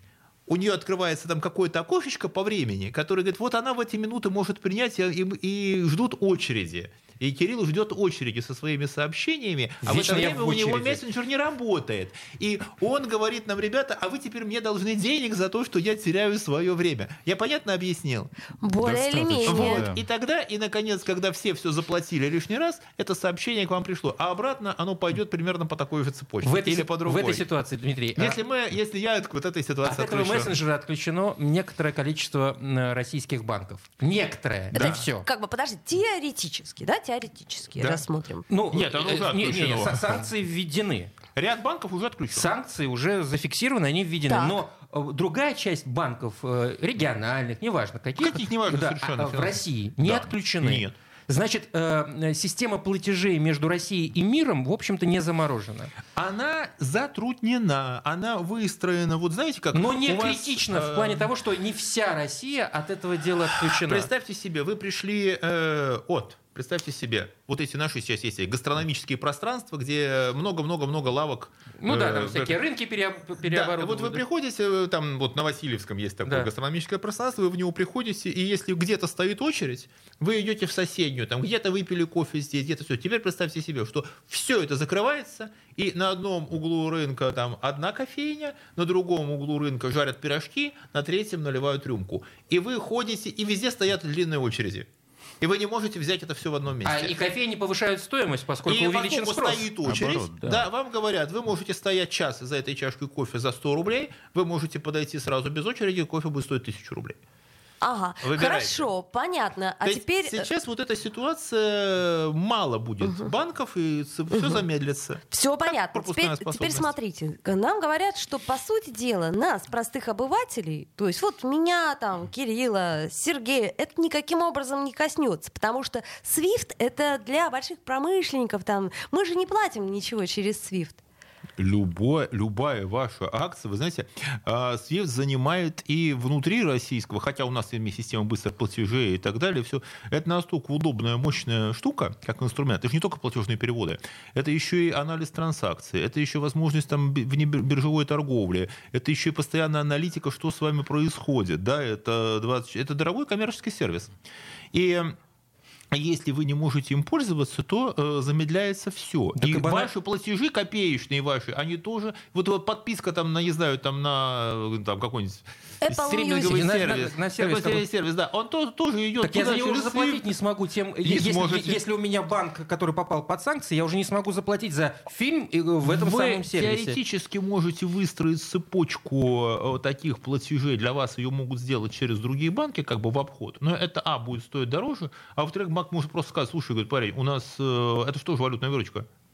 [SPEAKER 5] у нее открывается там какое-то окошечко по времени, которое говорит, вот она в эти минуты может принять, и, и ждут очереди. И Кирилл ждет очереди со своими сообщениями, а в
[SPEAKER 3] Вечно
[SPEAKER 5] это
[SPEAKER 3] я
[SPEAKER 5] время
[SPEAKER 3] в
[SPEAKER 5] у него
[SPEAKER 3] очереди.
[SPEAKER 5] мессенджер не работает. И он говорит нам, ребята, а вы теперь мне должны денег за то, что я теряю свое время. Я понятно объяснил?
[SPEAKER 2] Более или
[SPEAKER 6] Достаточно.
[SPEAKER 2] менее.
[SPEAKER 5] Вот.
[SPEAKER 6] Да.
[SPEAKER 5] И тогда, и наконец, когда все все заплатили лишний раз, это сообщение к вам пришло. А обратно оно пойдет примерно по такой же цепочке.
[SPEAKER 3] В этой,
[SPEAKER 5] или
[SPEAKER 3] си-
[SPEAKER 5] по
[SPEAKER 3] в
[SPEAKER 5] другой.
[SPEAKER 3] этой ситуации, Дмитрий, а
[SPEAKER 5] Если, мы, если я от вот этой ситуации
[SPEAKER 3] от этого
[SPEAKER 5] отключу-
[SPEAKER 3] мессенджера отключено некоторое количество м, российских банков. Некоторое,
[SPEAKER 2] Это
[SPEAKER 3] не все.
[SPEAKER 2] Как бы, подожди, теоретически, да, теоретически
[SPEAKER 5] Да.
[SPEAKER 2] рассмотрим.
[SPEAKER 3] Ну,
[SPEAKER 5] Нет, оно уже
[SPEAKER 3] э, не- не,
[SPEAKER 5] отключено.
[SPEAKER 3] са- санкции введены.
[SPEAKER 5] Ряд банков уже отключен.
[SPEAKER 3] Санкции уже зафиксированы, они введены.
[SPEAKER 2] Так.
[SPEAKER 3] Но э, другая часть банков, э, региональных, неважно каких,
[SPEAKER 5] Каких, неважно,
[SPEAKER 3] да,
[SPEAKER 5] совершенно
[SPEAKER 3] а, в
[SPEAKER 5] финансовых.
[SPEAKER 3] России не
[SPEAKER 5] Да.
[SPEAKER 3] отключены.
[SPEAKER 5] Нет.
[SPEAKER 3] Значит, э, система платежей между Россией и миром, в общем-то, не заморожена.
[SPEAKER 5] Она затруднена, она выстроена, вот знаете как...
[SPEAKER 3] Но не
[SPEAKER 5] у вас,
[SPEAKER 3] критично в
[SPEAKER 5] э,
[SPEAKER 3] плане того, что не вся Россия от этого дела отключена.
[SPEAKER 5] Представьте себе, вы пришли э, от... Представьте себе, вот эти наши сейчас есть гастрономические пространства, где много-много-много лавок.
[SPEAKER 3] Ну да, там
[SPEAKER 5] э,
[SPEAKER 3] всякие рынки пере-
[SPEAKER 5] Да,
[SPEAKER 3] переоборудованы.
[SPEAKER 5] вот вы приходите, там вот на Васильевском есть такое
[SPEAKER 3] Да.
[SPEAKER 5] гастрономическое пространство, вы в него приходите, и если где-то стоит очередь, вы идете в соседнюю, там где-то выпили кофе здесь, где-то все. Теперь представьте себе, что все это закрывается, и на одном углу рынка там одна кофейня, на другом углу рынка жарят пирожки, на третьем наливают рюмку. И вы ходите, и везде стоят длинные очереди. И вы не можете взять это все в одном месте.
[SPEAKER 3] А и кофейни повышают стоимость, поскольку
[SPEAKER 5] И
[SPEAKER 3] увеличен
[SPEAKER 5] поскольку
[SPEAKER 3] спрос.
[SPEAKER 5] стоит очередь,
[SPEAKER 6] Наоборот, да.
[SPEAKER 5] да. вам говорят, вы можете стоять час за этой чашкой кофе за сто рублей, вы можете подойти сразу без очереди, кофе будет стоить тысячу рублей.
[SPEAKER 2] Ага,
[SPEAKER 5] Выбирайте.
[SPEAKER 2] хорошо, понятно. А
[SPEAKER 5] То есть
[SPEAKER 2] теперь...
[SPEAKER 5] сейчас вот эта ситуация, мало будет банков, и все замедлится.
[SPEAKER 2] Все понятно.
[SPEAKER 5] пропускная
[SPEAKER 2] Теперь, теперь
[SPEAKER 5] способность?
[SPEAKER 2] смотрите. Нам говорят, что, по сути дела, нас, простых обывателей, то есть вот меня, там, Кирилла, Сергея, это никаким образом не коснется, потому что свифт — это для больших промышленников. Там. Мы же не платим ничего через свифт.
[SPEAKER 5] Любое, любая ваша акция, вы знаете, свифт занимает и внутри российского, хотя у нас есть система быстрых платежей и так далее, все, это настолько удобная, мощная штука, как инструмент. Это же не только платежные переводы, это еще и анализ транзакций, это еще возможность там внебиржевой торговли, это еще и постоянная аналитика, что с вами происходит. Да? Это, двадцать, это дорогой коммерческий сервис. И если вы не можете им пользоваться, то э, замедляется все.
[SPEAKER 3] Так
[SPEAKER 5] И
[SPEAKER 3] и бана-
[SPEAKER 5] ваши платежи копеечные ваши, они тоже... Вот, вот подписка там на, не знаю, там на там, какой-нибудь
[SPEAKER 2] Apple
[SPEAKER 5] стриминговый
[SPEAKER 3] Music. На-
[SPEAKER 5] сервис.
[SPEAKER 3] на- на сервис
[SPEAKER 5] Какой-то
[SPEAKER 3] такой.
[SPEAKER 5] сервис, да. Он тоже, тоже идет
[SPEAKER 3] Так я
[SPEAKER 5] туда
[SPEAKER 3] за него уже
[SPEAKER 5] через
[SPEAKER 3] заплатить
[SPEAKER 5] Swift.
[SPEAKER 3] не смогу. Тем,
[SPEAKER 5] Не
[SPEAKER 3] если,
[SPEAKER 5] сможете.
[SPEAKER 3] если у меня банк, который попал под санкции, я уже не смогу заплатить за фильм и в этом
[SPEAKER 5] Вы
[SPEAKER 3] самом сервисе.
[SPEAKER 5] теоретически можете выстроить цепочку э, таких платежей, для вас ее могут сделать через другие банки, как бы в обход. Но это, а, будет стоить дороже, а во-вторых, банк может просто сказать, слушай, говорит, парень, у нас э, это что же валютная выручка?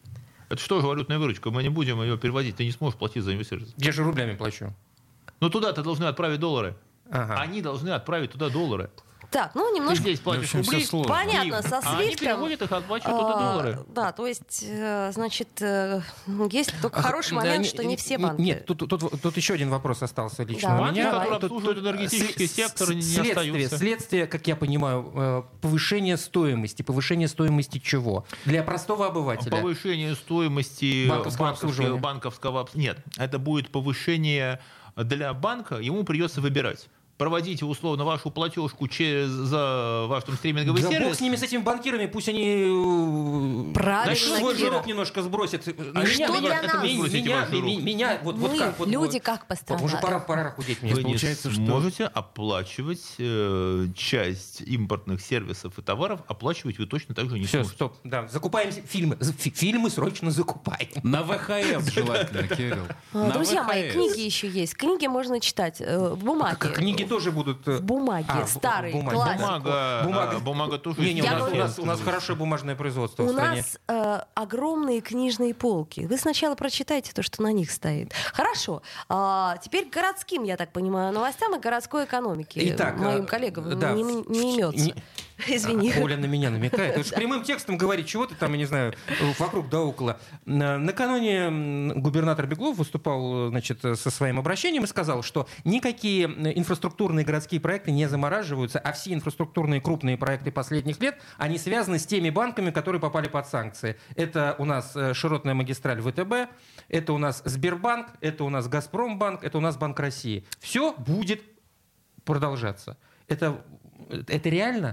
[SPEAKER 5] Это что же валютная выручка? Мы не будем ее переводить, ты не сможешь платить за инвестиции.
[SPEAKER 3] Я же рублями плачу.
[SPEAKER 5] Но туда-то должны отправить доллары.
[SPEAKER 3] Ага.
[SPEAKER 5] Они должны отправить туда доллары.
[SPEAKER 2] Так, ну немножко...
[SPEAKER 5] Ты здесь платишь
[SPEAKER 4] В общем,
[SPEAKER 5] рубли,
[SPEAKER 4] всё сложно.
[SPEAKER 2] Понятно, со
[SPEAKER 5] а они
[SPEAKER 2] свифтом.
[SPEAKER 5] переводят их, отплачивают туда
[SPEAKER 2] А,
[SPEAKER 5] доллары.
[SPEAKER 2] Да, то есть, э, значит, э, есть только хороший
[SPEAKER 3] Да,
[SPEAKER 2] момент,
[SPEAKER 3] не-
[SPEAKER 2] что не все банки.
[SPEAKER 3] Нет, тут, тут, тут еще один вопрос остался лично
[SPEAKER 2] Да,
[SPEAKER 3] у
[SPEAKER 5] Банки,
[SPEAKER 3] меня.
[SPEAKER 2] давай.
[SPEAKER 5] которые
[SPEAKER 3] Тут-
[SPEAKER 5] обслуживают
[SPEAKER 3] тут
[SPEAKER 5] энергетический
[SPEAKER 3] след-
[SPEAKER 5] сектор, не
[SPEAKER 3] следствие,
[SPEAKER 5] остаются.
[SPEAKER 3] Следствие, как я понимаю, э, повышение стоимости. Повышение стоимости чего? Для простого обывателя.
[SPEAKER 5] Повышение стоимости
[SPEAKER 3] Банковского обслуживания.
[SPEAKER 5] банковского обс- Нет, это будет повышение для банка, ему придется выбирать. Проводите условно вашу платежку через за ваш там стриминговый
[SPEAKER 3] Да бог
[SPEAKER 5] сервис.
[SPEAKER 3] с ними, с этими банкирами, пусть они э,
[SPEAKER 2] Правильно,
[SPEAKER 3] свой
[SPEAKER 2] Кира.
[SPEAKER 3] жирок немножко сбросят.
[SPEAKER 2] что для нас?
[SPEAKER 3] меня,
[SPEAKER 5] Сбросите
[SPEAKER 3] меня,
[SPEAKER 5] ваш жирок.
[SPEAKER 3] меня, меня, вот, вот
[SPEAKER 2] Мы,
[SPEAKER 3] как, вот,
[SPEAKER 2] люди,
[SPEAKER 3] вот,
[SPEAKER 2] как пострадали?
[SPEAKER 3] уже пора, пора худеть мне.
[SPEAKER 5] Вы не
[SPEAKER 4] Получается, что-
[SPEAKER 5] сможете оплачивать э, часть импортных сервисов и товаров, оплачивать вы точно так же не
[SPEAKER 3] Все,
[SPEAKER 5] сможете.
[SPEAKER 3] стоп, да, закупаем фильмы, Фи- фильмы срочно закупаем.
[SPEAKER 4] На ВХС желательно, Кирилл.
[SPEAKER 2] А,
[SPEAKER 4] На
[SPEAKER 2] Друзья мои,
[SPEAKER 4] ВХС.
[SPEAKER 2] книги еще есть. Книги можно читать э, в бумаге.
[SPEAKER 3] К- Книги тоже будут. э,
[SPEAKER 2] В бумаге,
[SPEAKER 3] а, в-
[SPEAKER 2] старые,
[SPEAKER 3] бумаге,
[SPEAKER 2] классика.
[SPEAKER 3] да.
[SPEAKER 5] Бумага,
[SPEAKER 3] Бумага.
[SPEAKER 5] а, бумага тоже
[SPEAKER 3] Не, не, у
[SPEAKER 2] Я
[SPEAKER 3] нас, у
[SPEAKER 2] говорю-
[SPEAKER 3] нас, у нас хорошее бумажное производство
[SPEAKER 2] У
[SPEAKER 3] в стране.
[SPEAKER 2] нас э, огромные книжные полки. Вы сначала прочитайте то, что на них стоит. Хорошо. А, теперь к городским, я так понимаю, новостям и городской экономике.
[SPEAKER 3] Итак,
[SPEAKER 2] Моим
[SPEAKER 3] э,
[SPEAKER 2] коллегам
[SPEAKER 3] да,
[SPEAKER 2] не,
[SPEAKER 3] в-
[SPEAKER 2] не
[SPEAKER 3] в-
[SPEAKER 2] имется.
[SPEAKER 3] не-
[SPEAKER 2] Извини.
[SPEAKER 3] А, Оля на меня намекает. Это же прямым текстом говорит, чего ты там, я не знаю, вокруг да около. На- Накануне м, губернатор Беглов выступал, значит, со своим обращением и сказал, что никакие инфраструктурные городские проекты не замораживаются, а все инфраструктурные крупные проекты последних лет, они связаны с теми банками, которые попали под санкции. Это у нас э, широтная магистраль ВТБ, это у нас Сбербанк, это у нас Газпромбанк, это у нас Банк России. Все будет продолжаться. Это, это реально?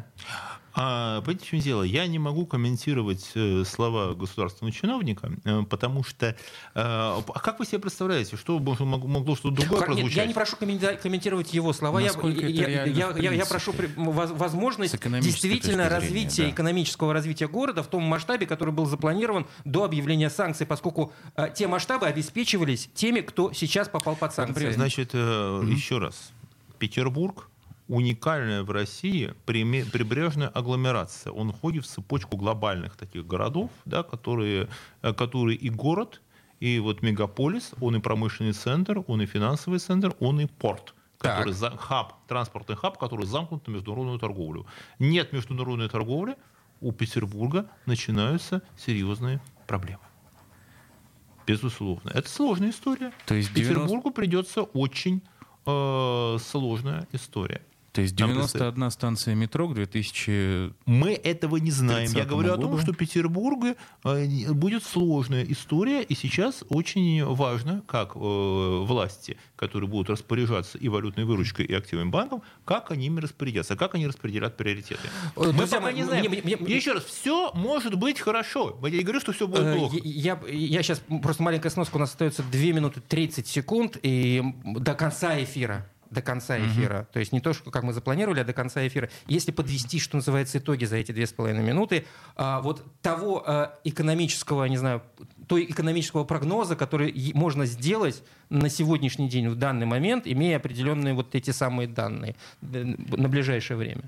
[SPEAKER 5] А, понимаете, в чем дело? Я не могу комментировать э, слова государственного чиновника, э, потому что... Э, а как вы себе представляете, что могло, могло что-то другое
[SPEAKER 3] Нет,
[SPEAKER 5] прозвучать?
[SPEAKER 3] я не прошу комменти- комментировать его слова. Я,
[SPEAKER 4] Насколько это
[SPEAKER 3] я,
[SPEAKER 4] реально
[SPEAKER 3] я,
[SPEAKER 4] в
[SPEAKER 3] я- я
[SPEAKER 4] принципе?
[SPEAKER 3] прошу при- воз- возможность
[SPEAKER 4] С экономической
[SPEAKER 3] действительно
[SPEAKER 4] точки зрения,
[SPEAKER 3] развития,
[SPEAKER 4] да.
[SPEAKER 3] экономического развития города в том масштабе, который был запланирован до объявления санкций, поскольку э, те масштабы обеспечивались теми, кто сейчас попал под санкции.
[SPEAKER 5] Значит, э, еще раз. Петербург уникальная в России приме- прибрежная агломерация. Он входит в цепочку глобальных таких городов, да, которые, э, которые и город, и вот мегаполис, он и промышленный центр, он и финансовый центр, он и порт.
[SPEAKER 3] Так.
[SPEAKER 5] Который за, хаб, транспортный хаб, который замкнут на международную торговлю. Нет международной торговли, у Петербурга начинаются серьезные проблемы. Безусловно. Это сложная история.
[SPEAKER 4] То есть
[SPEAKER 5] Петербургу придется очень э, сложная история.
[SPEAKER 4] То есть
[SPEAKER 5] Нам
[SPEAKER 4] девяносто одна станция метро к две тысячи...
[SPEAKER 5] Мы этого не знаем. Я
[SPEAKER 4] тридцатому
[SPEAKER 5] говорю о том,
[SPEAKER 4] году.
[SPEAKER 5] что в Петербурге э, будет сложная история, и сейчас очень важно, как э, власти, которые будут распоряжаться и валютной выручкой, и активами банков, как они ими распорядятся, как они распределят приоритеты.
[SPEAKER 3] Э,
[SPEAKER 5] Мы
[SPEAKER 3] друзья
[SPEAKER 5] пока
[SPEAKER 3] мои,
[SPEAKER 5] не знаем.
[SPEAKER 3] мне- мне- мне-
[SPEAKER 5] Еще раз, все может быть хорошо. Я не говорю, что все будет
[SPEAKER 3] Э,
[SPEAKER 5] плохо.
[SPEAKER 3] Я, я сейчас, просто маленькая сноска, у нас остается две минуты тридцать секунд и до конца эфира. До конца эфира. То есть не то, что как мы запланировали, а до конца эфира. Если подвести, что называется, итоги за эти две с половиной минуты, а, вот того а, экономического, не знаю, той экономического прогноза, который е- можно сделать на сегодняшний день, в данный момент, имея определенные вот эти самые данные э, на ближайшее время.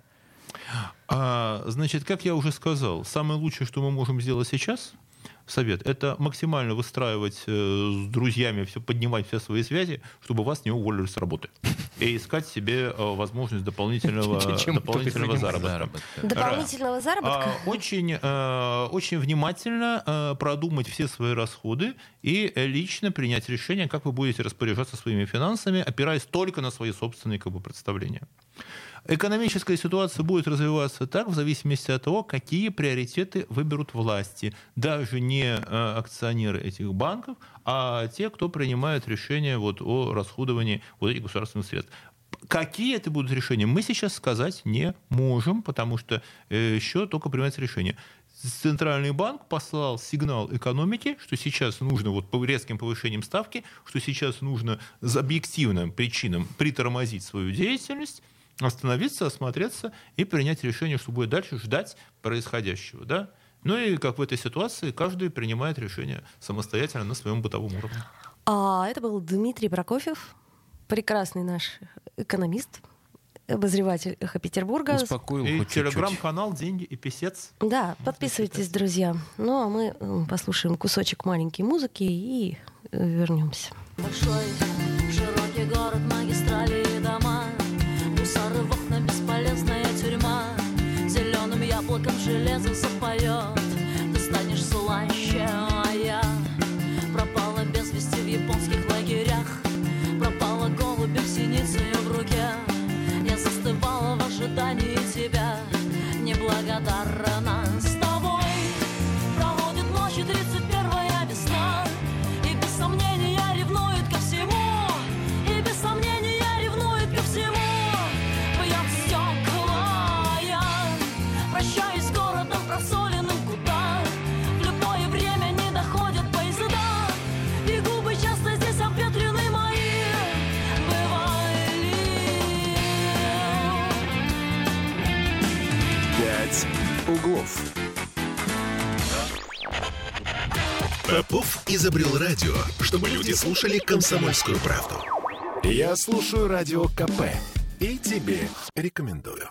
[SPEAKER 5] А, значит, как я уже сказал, самое лучшее, что мы можем сделать сейчас, совет, это максимально выстраивать э, с друзьями, все, поднимать все свои связи, чтобы вас не уволили с работы. И искать себе э, возможность дополнительного,
[SPEAKER 3] Чем
[SPEAKER 5] дополнительного
[SPEAKER 3] тут
[SPEAKER 5] заработка.
[SPEAKER 2] Дополнительного заработка?
[SPEAKER 5] А, Очень, э, очень внимательно э, продумать все свои расходы и э, лично принять решение, как вы будете распоряжаться своими финансами, опираясь только на свои собственные как бы, представления. Экономическая ситуация будет развиваться так, в зависимости от того, какие приоритеты выберут власти. Даже не э, акционеры этих банков, а те, кто принимает решения вот, о расходовании вот этих государственных средств. Какие это будут решения, мы сейчас сказать не можем, потому что э, еще только принимается решение. Центральный банк послал сигнал экономике, что сейчас нужно вот по резким повышением ставки, что сейчас нужно за объективным причинам притормозить свою деятельность, остановиться, осмотреться и принять решение, что будет дальше, ждать происходящего. Да? Ну и как в этой ситуации каждый принимает решение самостоятельно на своем бытовом уровне.
[SPEAKER 2] А, это был Дмитрий Прокофьев, прекрасный наш экономист. обозреватель «Эхо Петербурга».
[SPEAKER 4] Успокоил
[SPEAKER 5] И
[SPEAKER 4] хоть чуть-чуть.
[SPEAKER 5] телеграм-канал «Деньги и писец».
[SPEAKER 2] Да, подписывайтесь, друзья. Ну, а мы м, послушаем кусочек маленькой музыки и э, вернемся.
[SPEAKER 6] Большой, широкий город, магистрали и дома, мусоры в окна, бесполезная тюрьма. Зеленым яблоком железо запоет, ты станешь слаще, а я пропала без вести в японских лагерях. Пропала голубем синицей в руке, я застывала в ожидании тебя, неблагодарна. С тобой проводит ночи тридцать первая весна, и без сомнения ревнует ко всему, и без сомнения ревнует ко всему. Бьет стекла, я прощаюсь с городом просоленным, куда в любое время не доходят поезда, и губы часто здесь обветрены мои. Бывали.
[SPEAKER 1] «Пять углов». Попов изобрел радио, чтобы люди слушали «Комсомольскую правду». Я слушаю радио ка пэ и тебе рекомендую.